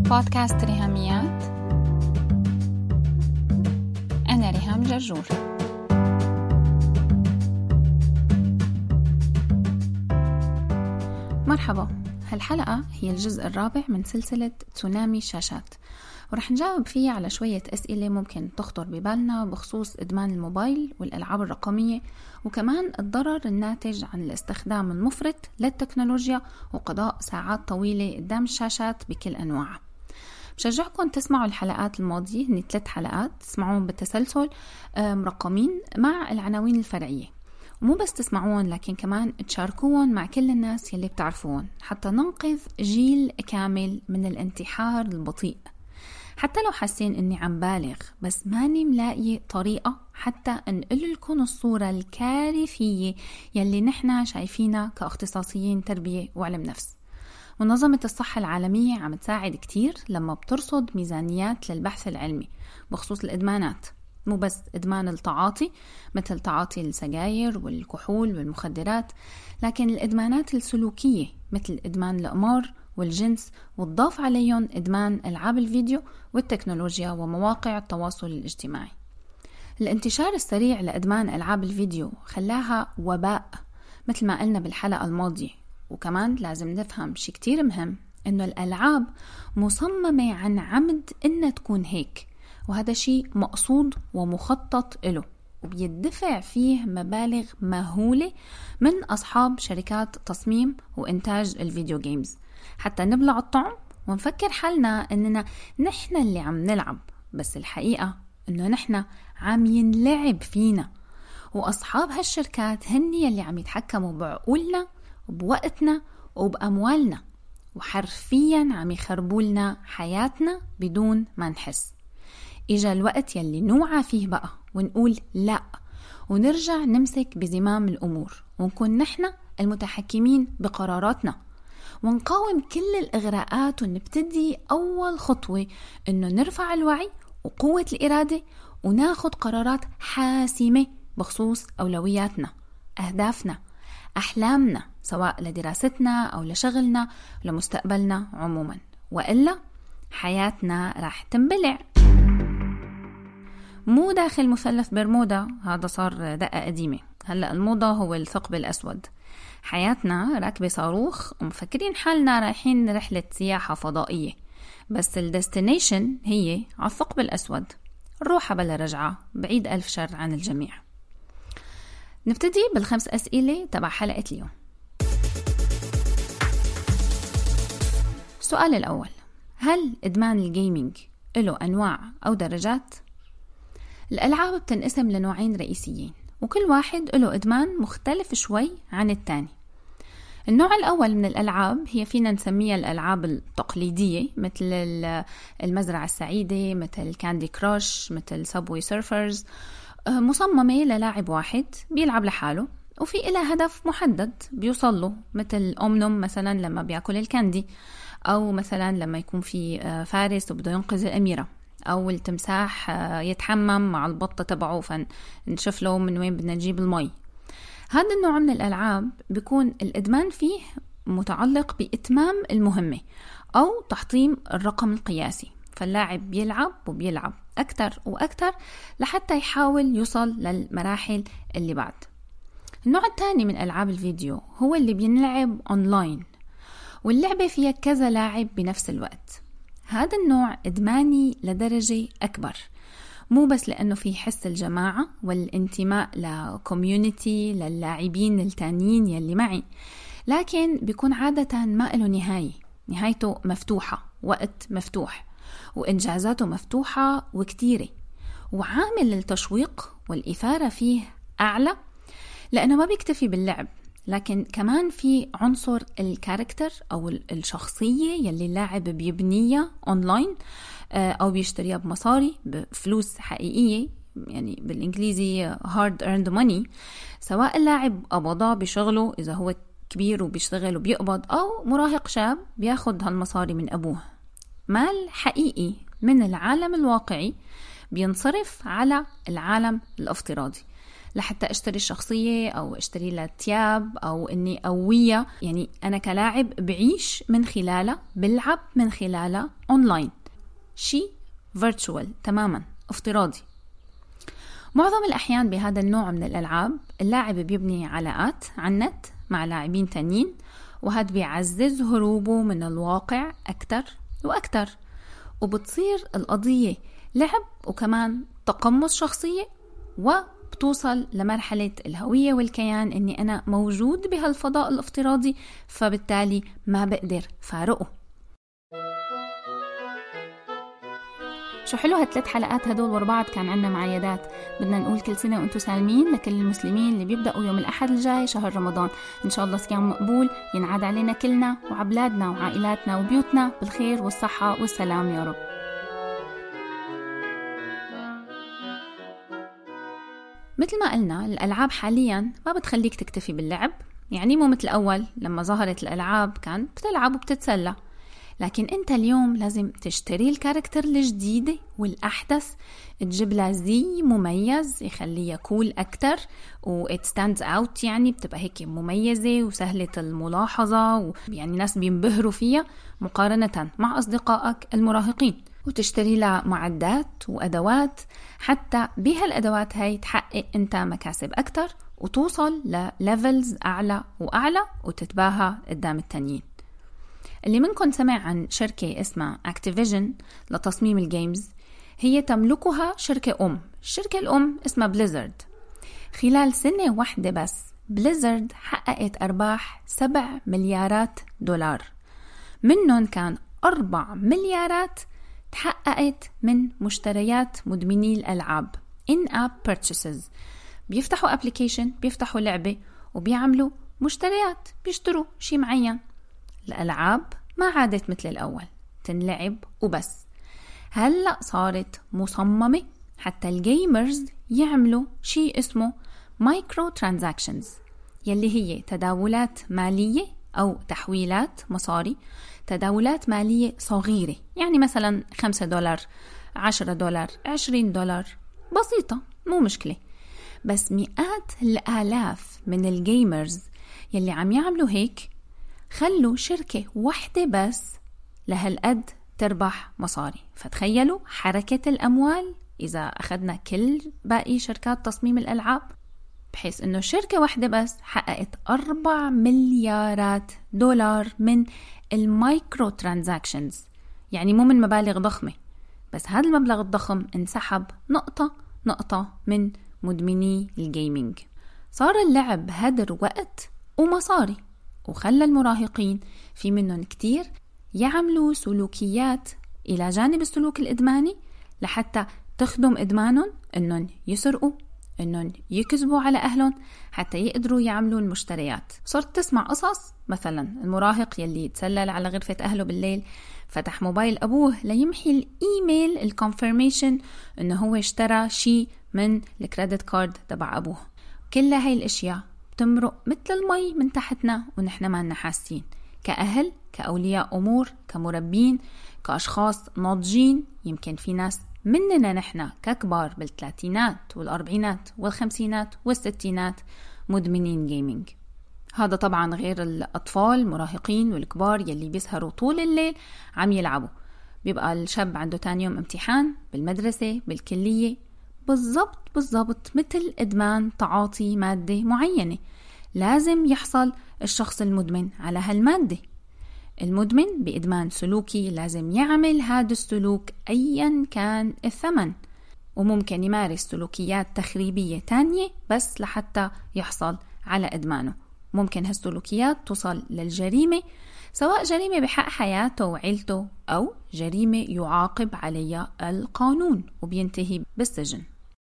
بودكاست ريهاميات. أنا ريهام جرجور. مرحبا، هالحلقة هي الجزء الرابع من سلسلة تسونامي الشاشات، ورح نجاوب فيه على شوية أسئلة ممكن تخطر ببالنا بخصوص إدمان الموبايل والألعاب الرقمية، وكمان الضرر الناتج عن الاستخدام المفرط للتكنولوجيا وقضاء ساعات طويلة قدام الشاشات بكل أنواعها. بشجعكم تسمعوا الحلقات الماضية، هني 3 حلقات تسمعون بالتسلسل مرقمين مع العناوين الفرعية، ومو بس تسمعون لكن كمان تشاركون مع كل الناس يلي بتعرفون حتى ننقذ جيل كامل من الانتحار البطيء. حتى لو حاسين اني عم بالغ، بس ماني ملاقي طريقة حتى انقل لكم الصورة الكارثية يلي نحنا شايفينها كاختصاصيين تربية وعلم نفس. منظمة الصحة العالمية عم تساعد كتير لما بترصد ميزانيات للبحث العلمي بخصوص الإدمانات، مو بس إدمان التعاطي مثل تعاطي السجاير والكحول والمخدرات، لكن الإدمانات السلوكية مثل إدمان القمار والجنس، والضاف عليهم إدمان ألعاب الفيديو والتكنولوجيا ومواقع التواصل الاجتماعي. الانتشار السريع لإدمان ألعاب الفيديو خلاها وباء مثل ما قلنا بالحلقة الماضية، وكمان لازم نفهم شي كتير مهم، إنه الألعاب مصممة عن عمد إنها تكون هيك، وهذا شيء مقصود ومخطط له، وبيدفع فيه مبالغ مهولة من أصحاب شركات تصميم وإنتاج الفيديو جيمز حتى نبلع الطعم ونفكر حالنا إننا نحن اللي عم نلعب، بس الحقيقة إنه نحن عم ينلعب فينا، وأصحاب هالشركات هني اللي عم يتحكموا بعقولنا وبوقتنا وبأموالنا، وحرفيا عم يخربولنا حياتنا بدون ما نحس. إجا الوقت يلي نوعى فيه بقى ونقول لا، ونرجع نمسك بزمام الأمور ونكون نحن المتحكمين بقراراتنا، ونقاوم كل الإغراءات، ونبتدي أول خطوة إنه نرفع الوعي وقوة الإرادة وناخد قرارات حاسمة بخصوص أولوياتنا، أهدافنا، أحلامنا، سواء لدراستنا أو لشغلنا لمستقبلنا عموما، وإلا حياتنا راح تنبلع. مو داخل مثلث برمودا، هذا صار دقة قديمة، هلأ الموضة هو الثقب الأسود. حياتنا راكبة صاروخ ومفكرين حالنا رايحين رحلة سياحة فضائية، بس الديستنيشن هي على الثقب الأسود، الروحة بلا رجعة، بعيد ألف شر عن الجميع. نبتدي بال5 أسئلة تبع حلقة اليوم. السؤال الأول: هل إدمان الجيمينج له أنواع أو درجات؟ الألعاب بتنقسم لنوعين رئيسيين، وكل واحد له إدمان مختلف شوي عن الثاني. النوع الأول من الألعاب هي فينا نسميها الألعاب التقليدية، مثل المزرعة السعيدة، مثل كاندي كراش، مثل سابوي سيرفرز، مصممة للاعب واحد بيلعب لحاله وفي إلها هدف محدد بيوصل له، مثل أمنم مثلا لما بيأكل الكاندي، أو مثلا لما يكون في فارس وبده ينقذ الأميرة، أو التمساح يتحمم مع البطة تبعه فنشوف له من وين بدنا نجيب المي. هذا النوع من الألعاب بيكون الإدمان فيه متعلق بإتمام المهمة أو تحطيم الرقم القياسي، فاللاعب بيلعب وبيلعب أكتر وأكتر لحتى يحاول يوصل للمراحل اللي بعد. النوع الثاني من ألعاب الفيديو هو اللي بينلعب أونلاين، واللعبة فيها كذا لاعب بنفس الوقت. هذا النوع إدماني لدرجة أكبر، مو بس لأنه في حس الجماعة والانتماء لكوميونيتي للاعبين التانيين يلي معي، لكن بيكون عادة ما له نهايته مفتوحة، وقت مفتوح، وإنجازاته مفتوحة وكتيرة، وعامل التشويق والإثارة فيه أعلى، لأنه ما بيكتفي باللعب، لكن كمان في عنصر الكاركتر أو الشخصية يلي اللاعب بيبنيها أونلاين أو بيشتريها بمصاري، بفلوس حقيقية، يعني بالإنجليزي hard earned money، سواء اللاعب قبضها بشغله إذا هو كبير وبيشتغل وبيقبض، أو مراهق شاب بياخد هالمصاري من أبوه. مال حقيقي من العالم الواقعي بينصرف على العالم الافتراضي، لحتى اشتري الشخصية أو اشتري لها تياب أو اني قوية. يعني انا كلاعب بعيش من خلالها، بلعب من خلالها اونلاين، شيء virtual تماما، افتراضي. معظم الأحيان بهذا النوع من الألعاب اللاعب بيبني علاقات على النت مع لاعبين تانيين، وهذا بيعزز هروبه من الواقع أكتر وأكتر، وبتصير القضية لعب وكمان تقمص شخصية، وبتوصل لمرحلة الهوية والكيان إني أنا موجود بهالفضاء الافتراضي، فبالتالي ما بقدر فارقه. شو حلو هالثلاث حلقات هدول ورا بعض. كان عنا معايدات، بدنا نقول كل سنة وانتم سالمين لكل المسلمين اللي بيبدأوا يوم الأحد الجاي شهر رمضان. إن شاء الله صيام مقبول ينعاد علينا كلنا وعبلادنا وعائلاتنا وبيوتنا بالخير والصحة والسلام يا رب. مثل ما قلنا الألعاب حاليا ما بتخليك تكتفي باللعب، يعني مو مثل الأول لما ظهرت الألعاب كان بتلعب وبتتسلى، لكن انت اليوم لازم تشتري الكاركتر الجديدة والأحدث، تجيب لها زي مميز يخليها كول أكتر و it stands out، يعني بتبقى هيك مميزة وسهلة الملاحظة، يعني ناس بينبهروا فيها مقارنة مع أصدقائك المراهقين. وتشتري لها معدات وأدوات حتى بهالأدوات هاي تحقق انت مكاسب أكتر وتوصل لليفلز أعلى وأعلى وتتباهى قدام التانيين. اللي منكم سمع عن شركة اسمها Activision لتصميم الجيمز، هي تملكها شركة الشركة الأم اسمها بليزرد. خلال سنة واحدة بس بليزرد حققت أرباح 7 مليارات دولار، منهم كان 4 مليارات تحققت من مشتريات مدمني الألعاب in-app purchases. بيفتحوا application، بيفتحوا لعبة وبيعملوا مشتريات، بيشتروا شيء معين. الألعاب ما عادت مثل الأول تنلعب وبس، هلأ صارت مصممة حتى الجيمرز يعملوا شيء اسمه مايكرو ترانزاكشنز، يلي هي تداولات مالية أو تحويلات مصاري، تداولات مالية صغيرة، يعني مثلا $5 $10 $20، بسيطة مو مشكلة. بس مئات الآلاف من الجيمرز يلي عم يعملوا هيك خلوا شركة واحدة بس لهالقد تربح مصاري. فتخيلوا حركة الأموال إذا أخذنا كل باقي شركات تصميم الألعاب، بحيث أنه شركة واحدة بس حققت 4 مليارات دولار من المايكرو ترانزاكشنز، يعني مو من مبالغ ضخمة، بس هذا المبلغ الضخم انسحب نقطة نقطة من مدمني الجيمينج. صار اللعب هدر وقت ومصاري، وخلى المراهقين في منهم كتير يعملوا سلوكيات إلى جانب السلوك الإدماني لحتى تخدم إدمانهم، إنهم يسرقوا، إنهم يكذبوا على أهلهم حتى يقدروا يعملوا المشتريات. صرت تسمع قصص مثلا المراهق يلي يتسلل على غرفة أهله بالليل فتح موبايل أبوه ليمحي الإيميل الكونفيرميشن إنه هو اشترى شيء من الكريدت كارد تبع أبوه. كل هاي الأشياء بتمرق مثل المي من تحتنا ونحن ما لنا حاسين، كأهل، كأولياء أمور، كمربين، كأشخاص ناضجين. يمكن في ناس مننا نحن ككبار بالثلاثينات والأربعينات والخمسينات والستينات مدمنين جيمينج. هذا طبعا غير الأطفال المراهقين والكبار يلي بيسهروا طول الليل عم يلعبوا. بيبقى الشاب عنده تاني يوم امتحان بالمدرسة بالكلية، بالضبط مثل إدمان تعاطي مادة معينة. لازم يحصل الشخص المدمن على هالمادة. المدمن بإدمان سلوكي لازم يعمل هذا السلوك أيا كان الثمن، وممكن يمارس سلوكيات تخريبية تانية بس لحتى يحصل على إدمانه. ممكن هالسلوكيات توصل للجريمة، سواء جريمة بحق حياته وعيلته أو جريمة يعاقب عليها القانون وبينتهي بالسجن.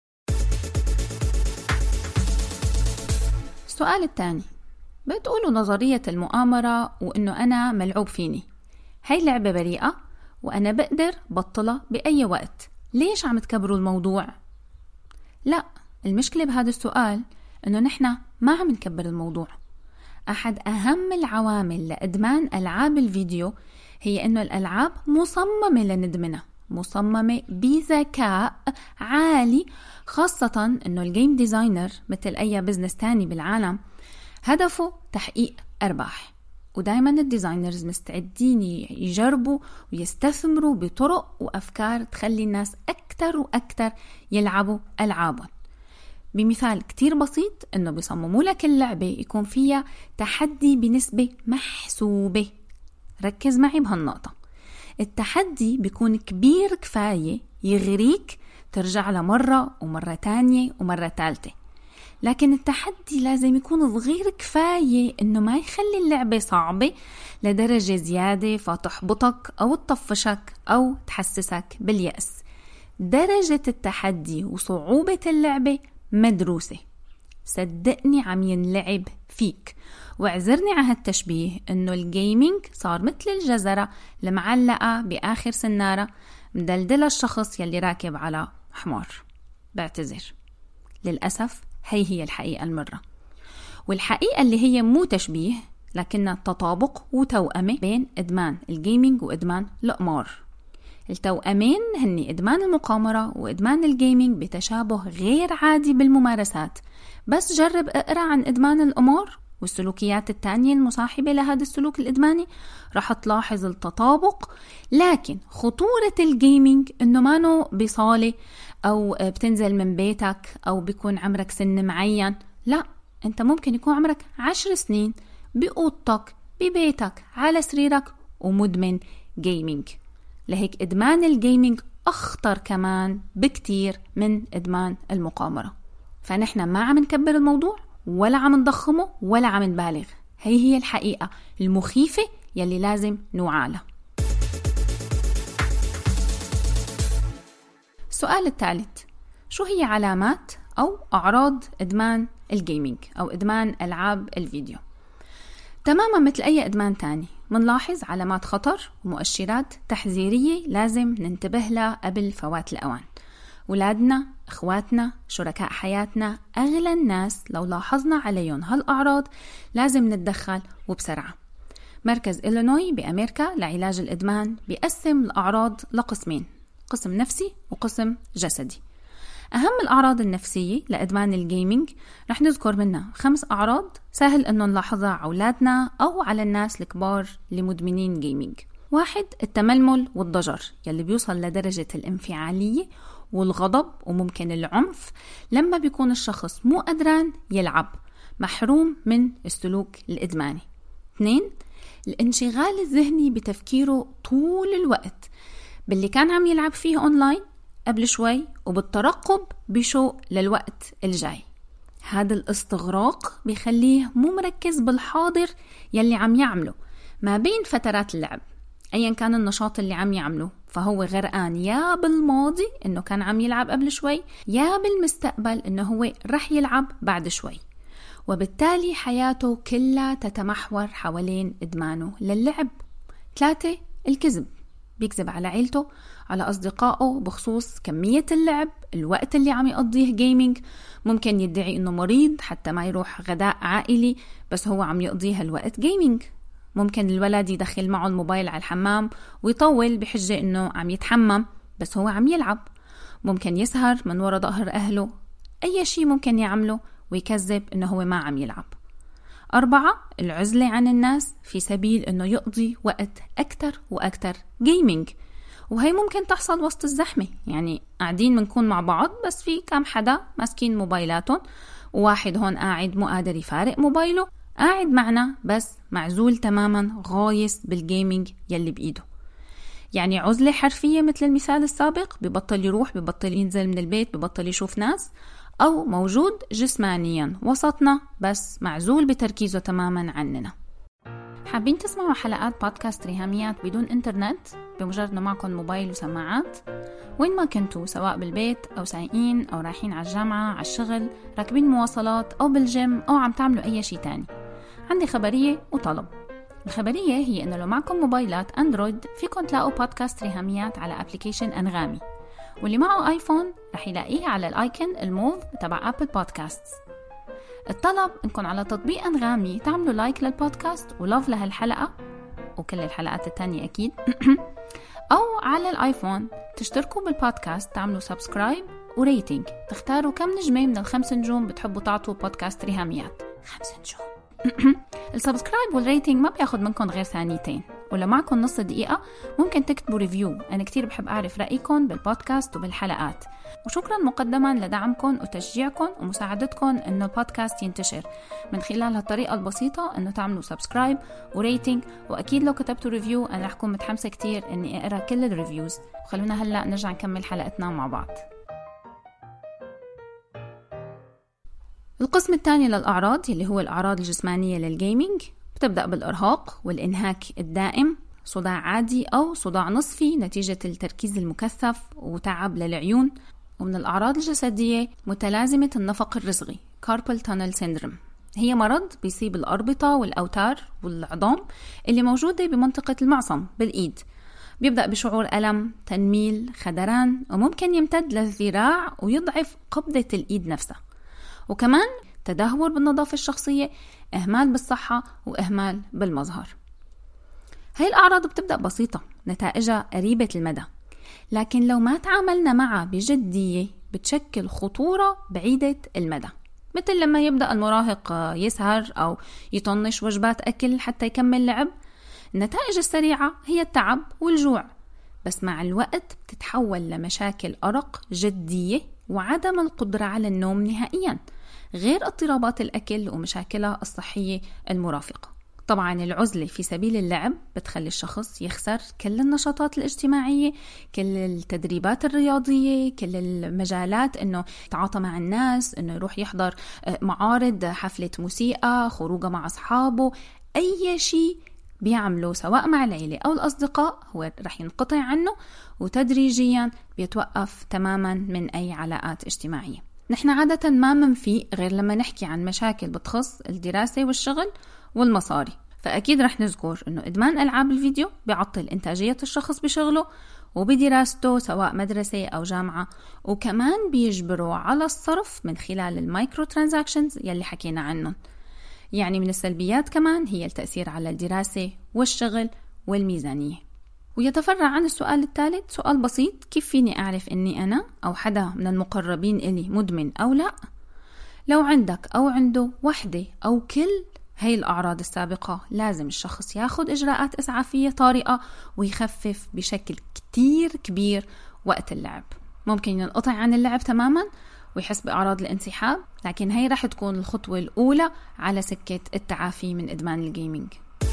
السؤال الثاني، بتقولوا نظرية المؤامرة وإنه أنا ملعوب فيني، هاي لعبة بريئة وأنا بقدر بطلها بأي وقت، ليش عم تكبروا الموضوع؟ لا، المشكلة بهذا السؤال إنه نحن ما عم نكبر الموضوع. أحد أهم العوامل لإدمان ألعاب الفيديو هي إنه الألعاب مصممة لندمنها، مصممة بذكاء عالي، خاصة إنه الجيم ديزاينر مثل أي بزنس تاني بالعالم هدفه تحقيق أرباح، ودايما الديزاينرز مستعدين يجربوا ويستثمروا بطرق وأفكار تخلي الناس أكتر وأكتر يلعبوا ألعابهم. بمثال كتير بسيط إنه بيصمموا لك اللعبة يكون فيها تحدي بنسبة محسوبة. ركز معي بهالنقطة، التحدي بيكون كبير كفاية يغريك ترجع له مرة ومرة تانية ومرة ثالثة، لكن التحدي لازم يكون صغير كفاية إنه ما يخلي اللعبة صعبة لدرجة زيادة فتحبطك أو تطفشك أو تحسسك باليأس. درجة التحدي وصعوبة اللعبة مدروسة، صدقني عم ينلعب فيك. واعذرني على هالتشبيه إنه الجيمينج صار مثل الجزرة المعلقة بآخر سنارة مدلدلة الشخص يلي راكب على حمار. بعتذر، للأسف هي الحقيقة المرة، والحقيقة اللي هي مو تشبيه لكنها تطابق وتوأمة بين إدمان الجيمينج وإدمان القمار. التوأمين هن إدمان المقامرة وإدمان الجيمينج بتشابه غير عادي بالممارسات، بس جرب اقرأ عن إدمان القمار والسلوكيات التانية المصاحبة لهذا السلوك الإدماني رح تلاحظ التطابق. لكن خطورة الجيمينج إنه مانو بصالة أو بتنزل من بيتك أو بيكون عمرك سن معين، لا، أنت ممكن يكون عمرك 10 سنين بأوضتك ببيتك على سريرك ومدمن جيمينج. لهيك إدمان الجيمينج أخطر كمان بكتير من إدمان المقامرة. فنحن ما عم نكبر الموضوع ولا عم نضخمه ولا عم نبالغ، هي الحقيقة المخيفة يلي لازم نوعالها. السؤال الثالث، شو هي علامات أو أعراض إدمان الجيمينج أو إدمان ألعاب الفيديو؟ تماما مثل أي إدمان تاني منلاحظ علامات خطر ومؤشرات تحذيرية لازم ننتبه لها قبل فوات الأوان. ولادنا، إخواتنا، شركاء حياتنا، أغلى الناس لو لاحظنا عليهم هالأعراض لازم نتدخل وبسرعة. مركز إلينوي بأمريكا لعلاج الإدمان بيقسم الأعراض لقسمين، قسم نفسي وقسم جسدي. أهم الأعراض النفسية لإدمان الجيمينج رح نذكر منها 5 أعراض سهل أنه نلاحظها على أولادنا أو على الناس الكبار اللي مدمنين جيمينج. 1، التململ والضجر يلي بيوصل لدرجة الانفعالية والغضب وممكن العنف لما بيكون الشخص مو قدران يلعب، محروم من السلوك الإدماني. 2، الانشغال الذهني بتفكيره طول الوقت باللي كان عم يلعب فيه أونلاين قبل شوي وبالترقب بشوق للوقت الجاي. هذا الاستغراق بيخليه مو مركز بالحاضر يلي عم يعمله ما بين فترات اللعب أيا كان النشاط اللي عم يعمله، فهو غرقان يا بالماضي إنه كان عم يلعب قبل شوي يا بالمستقبل إنه هو رح يلعب بعد شوي، وبالتالي حياته كلها تتمحور حوالين إدمانه للعب. 3، الكذب، بيكذب على عيلته على أصدقائه بخصوص كمية اللعب، الوقت اللي عم يقضيه جيمينج. ممكن يدعي إنه مريض حتى ما يروح غداء عائلي بس هو عم يقضيها الوقت جيمينج. ممكن الولد يدخل معه الموبايل على الحمام ويطول بحجة إنه عم يتحمم بس هو عم يلعب. ممكن يسهر من وراء ظهر أهله، أي شيء ممكن يعمله ويكذب إنه هو ما عم يلعب. 4، العزلة عن الناس في سبيل إنه يقضي وقت أكتر وأكتر جيمينج، وهي ممكن تحصل وسط الزحمة، يعني قاعدين منكون مع بعض بس في كام حدا ماسكين موبايلاتهم وواحد هون قاعد مو قادر يفارق موبايله، قاعد معنا بس معزول تماما غايس بالجيمينج يلي بإيده. يعني عزلة حرفية مثل المثال السابق، ببطل يروح، ببطل ينزل من البيت، ببطل يشوف ناس، أو موجود جسمانيا وسطنا بس معزول بتركيزه تماما عننا. حابين تسمعوا حلقات بودكاست ريهاميات بدون إنترنت بمجرد أنه معكم موبايل وسماعات؟ وين ما كنتوا، سواء بالبيت أو سايقين أو رايحين على الجامعة، على الشغل، راكبين مواصلات أو بالجيم أو عم تعملوا أي شيء تاني، عندي خبرية وطلب. الخبرية هي أنه لو معكم موبايلات أندرويد فيكم تلاقوا بودكاست ريهاميات على أبليكيشن أنغامي، واللي معه آيفون رح يلاقيه على الآيكون الموف تبع أبل بودكاست. الطلب انكم على تطبيق أنغامي تعملوا لايك للبودكاست ولوف لهالحلقة وكل الحلقات التانية أكيد أو على الآيفون تشتركوا بالبودكاست، تعملوا سبسكرايب وريتينج، تختاروا كم نجمة من 5 نجوم بتحبوا تعطوا بودكاست ريهاميات. 5 نجوم. السبسكرايب والريتينج ما بياخد منكم غير ثانيتين، ولو معكم نص دقيقة ممكن تكتبوا ريفيو. أنا كتير بحب أعرف رأيكم بالبودكاست وبالحلقات. وشكرا مقدما لدعمكم وتشجيعكم ومساعدتكم إنه البودكاست ينتشر من خلال هالطريقة البسيطة، إنه تعملوا سبسكرايب وريتينج. وأكيد لو كتبتوا ريفيو أنا رح أكون متحمسة كتير إني أقرأ كل الريفيوز. وخلونا هلأ نرجع نكمل حلقتنا مع بعض. القسم الثاني للأعراض اللي هو الأعراض الجسمانية للجيمينج بتبدأ بالإرهاق والإنهاك الدائم، صداع عادي أو صداع نصفي نتيجة التركيز المكثف وتعب للعيون. ومن الأعراض الجسدية متلازمة النفق الرسغي carpal tunnel syndrome، هي مرض بيصيب الأربطة والأوتار والعظام اللي موجودة بمنطقة المعصم بالإيد. بيبدأ بشعور ألم، تنميل، خدران، وممكن يمتد للذراع ويضعف قبضة الإيد نفسها. وكمان تدهور بالنظافة الشخصية، إهمال بالصحة، وإهمال بالمظهر. هاي الأعراض بتبدأ بسيطة، نتائجها قريبة المدى، لكن لو ما تعاملنا معها بجدية بتشكل خطورة بعيدة المدى، مثل لما يبدأ المراهق يسهر أو يطنش وجبات أكل حتى يكمل لعب. النتائج السريعة هي التعب والجوع، بس مع الوقت بتتحول لمشاكل أرق جدية وعدم القدرة على النوم نهائياً، غير اضطرابات الأكل ومشاكلها الصحية المرافقة. طبعاً العزلة في سبيل اللعب بتخلي الشخص يخسر كل النشاطات الاجتماعية، كل التدريبات الرياضية، كل المجالات إنه يتعاطى مع الناس، إنه يروح يحضر معارض، حفلة موسيقى، خروجه مع أصحابه، أي شيء بيعملوا سواء مع العيلة أو الأصدقاء هو رح ينقطع عنه، وتدريجياً بيتوقف تماماً من أي علاقات اجتماعية. نحن عادة ما منفيق غير لما نحكي عن مشاكل بتخص الدراسة والشغل والمصاري، فأكيد رح نذكر إنه إدمان ألعاب الفيديو بيعطل إنتاجية الشخص بشغله وبدراسته سواء مدرسة أو جامعة، وكمان بيجبروا على الصرف من خلال المايكرو ترانزاكشنز يلي حكينا عنهم. يعني من السلبيات كمان هي التأثير على الدراسة والشغل والميزانية. ويتفرع عن السؤال الثالث سؤال بسيط: كيف فيني أعرف إني أنا أو حدا من المقربين إلي مدمن أو لا؟ لو عندك أو عنده وحدة أو كل هاي الأعراض السابقة لازم الشخص ياخد إجراءات إسعافية طارئة ويخفف بشكل كتير كبير وقت اللعب. ممكن ينقطع عن اللعب تماما ويحس بأعراض الانسحاب، لكن هاي رح تكون الخطوة الأولى على سكة التعافي من إدمان الجيمينج.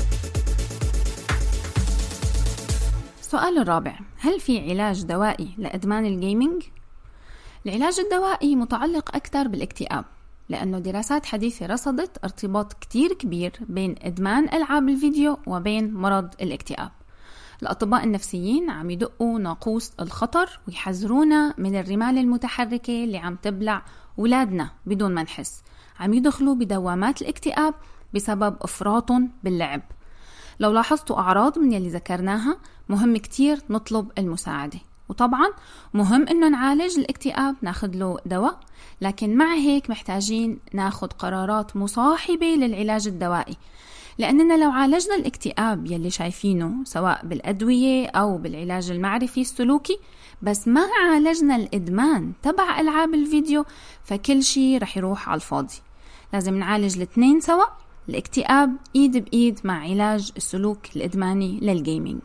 السؤال الرابع: هل في علاج دوائي لإدمان الجيمينج؟ العلاج الدوائي متعلق أكثر بالاكتئاب، لأنه دراسات حديثة رصدت ارتباط كتير كبير بين إدمان ألعاب الفيديو وبين مرض الاكتئاب. الأطباء النفسيين عم يدقوا ناقوس الخطر ويحذرونا من الرمال المتحركة اللي عم تبلع أولادنا بدون ما نحس، عم يدخلوا بدوامات الاكتئاب بسبب إفراطهم باللعب. لو لاحظتوا أعراض من يلي ذكرناها مهم كتير نطلب المساعدة، وطبعا مهم إنه نعالج الاكتئاب، ناخد له دواء، لكن مع هيك محتاجين ناخد قرارات مصاحبة للعلاج الدوائي، لأننا لو عالجنا الاكتئاب يلي شايفينه سواء بالأدوية أو بالعلاج المعرفي السلوكي بس ما عالجنا الإدمان تبع ألعاب الفيديو فكل شيء رح يروح على الفاضي. لازم نعالج الاثنين سوا، الاكتئاب إيد بإيد مع علاج السلوك الإدماني للجيمينج.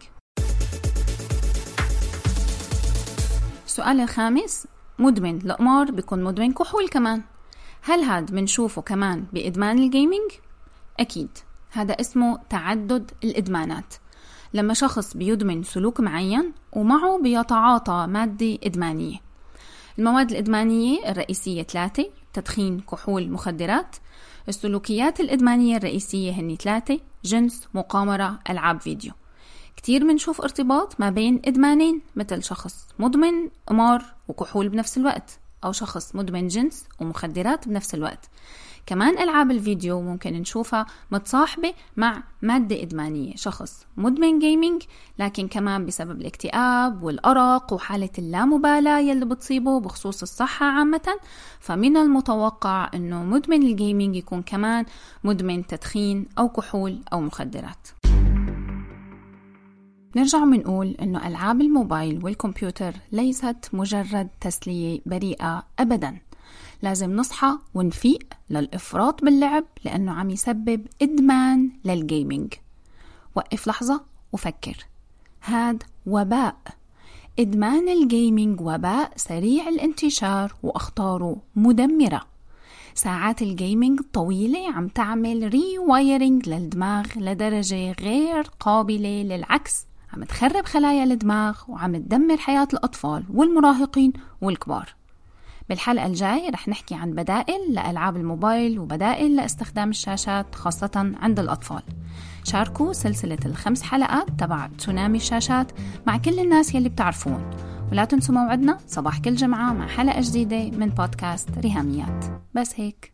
السؤال الخامس: مدمن القمار بيكون مدمن كحول كمان، هل هاد منشوفه كمان بإدمان الجيمينج؟ أكيد، هذا اسمه تعدد الإدمانات، لما شخص بيدمن سلوك معين ومعه بيتعاطى مادة إدمانية. المواد الإدمانية الرئيسية 3: تدخين، كحول، مخدرات. السلوكيات الإدمانية الرئيسية هن 3: جنس، مقامرة، ألعاب فيديو. كتير منشوف ارتباط ما بين إدمانين، مثل شخص مدمن قمار وكحول بنفس الوقت، أو شخص مدمن جنس ومخدرات بنفس الوقت. كمان ألعاب الفيديو ممكن نشوفها متصاحبة مع مادة إدمانية، شخص مدمن جيمينج لكن كمان بسبب الاكتئاب والأرق وحالة اللامبالاة يلي بتصيبه بخصوص الصحة عامة، فمن المتوقع أنه مدمن الجيمينج يكون كمان مدمن تدخين أو كحول أو مخدرات. نرجع ونقول إنه ألعاب الموبايل والكمبيوتر ليست مجرد تسلية بريئة أبداً. لازم نصحى ونفيق للإفراط باللعب لأنه عم يسبب إدمان للجيمينج. وقف لحظة وفكر، هاد وباء. إدمان الجيمينج وباء سريع الانتشار وأخطاره مدمرة. ساعات الجيمينج الطويلة عم تعمل ريوايرنج للدماغ لدرجة غير قابلة للعكس، عم تخرب خلايا الدماغ وعم تدمر حياة الأطفال والمراهقين والكبار. بالحلقة الجاي رح نحكي عن بدائل لألعاب الموبايل وبدائل لاستخدام الشاشات خاصة عند الأطفال. شاركوا سلسلة 5 حلقات تبع تسونامي الشاشات مع كل الناس يلي بتعرفون، ولا تنسوا موعدنا صباح كل جمعة مع حلقة جديدة من بودكاست ريهاميات. بس هيك.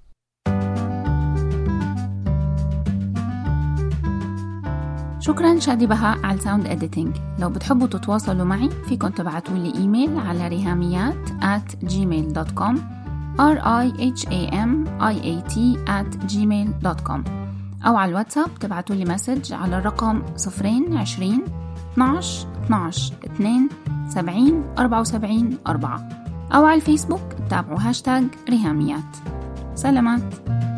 شكراً شادي بهاء على الساوند إديتينج. لو بتحبوا تتواصلوا معي فيكن تبعتوا لي إيميل على rihamiat@gmail.com rihamiat@gmail.com أو على الواتساب تبعتوا لي مسج على الرقم 020 12 12 2 70 74 4 أو على الفيسبوك تابعوا هاشتاج ريهاميات. سلامات.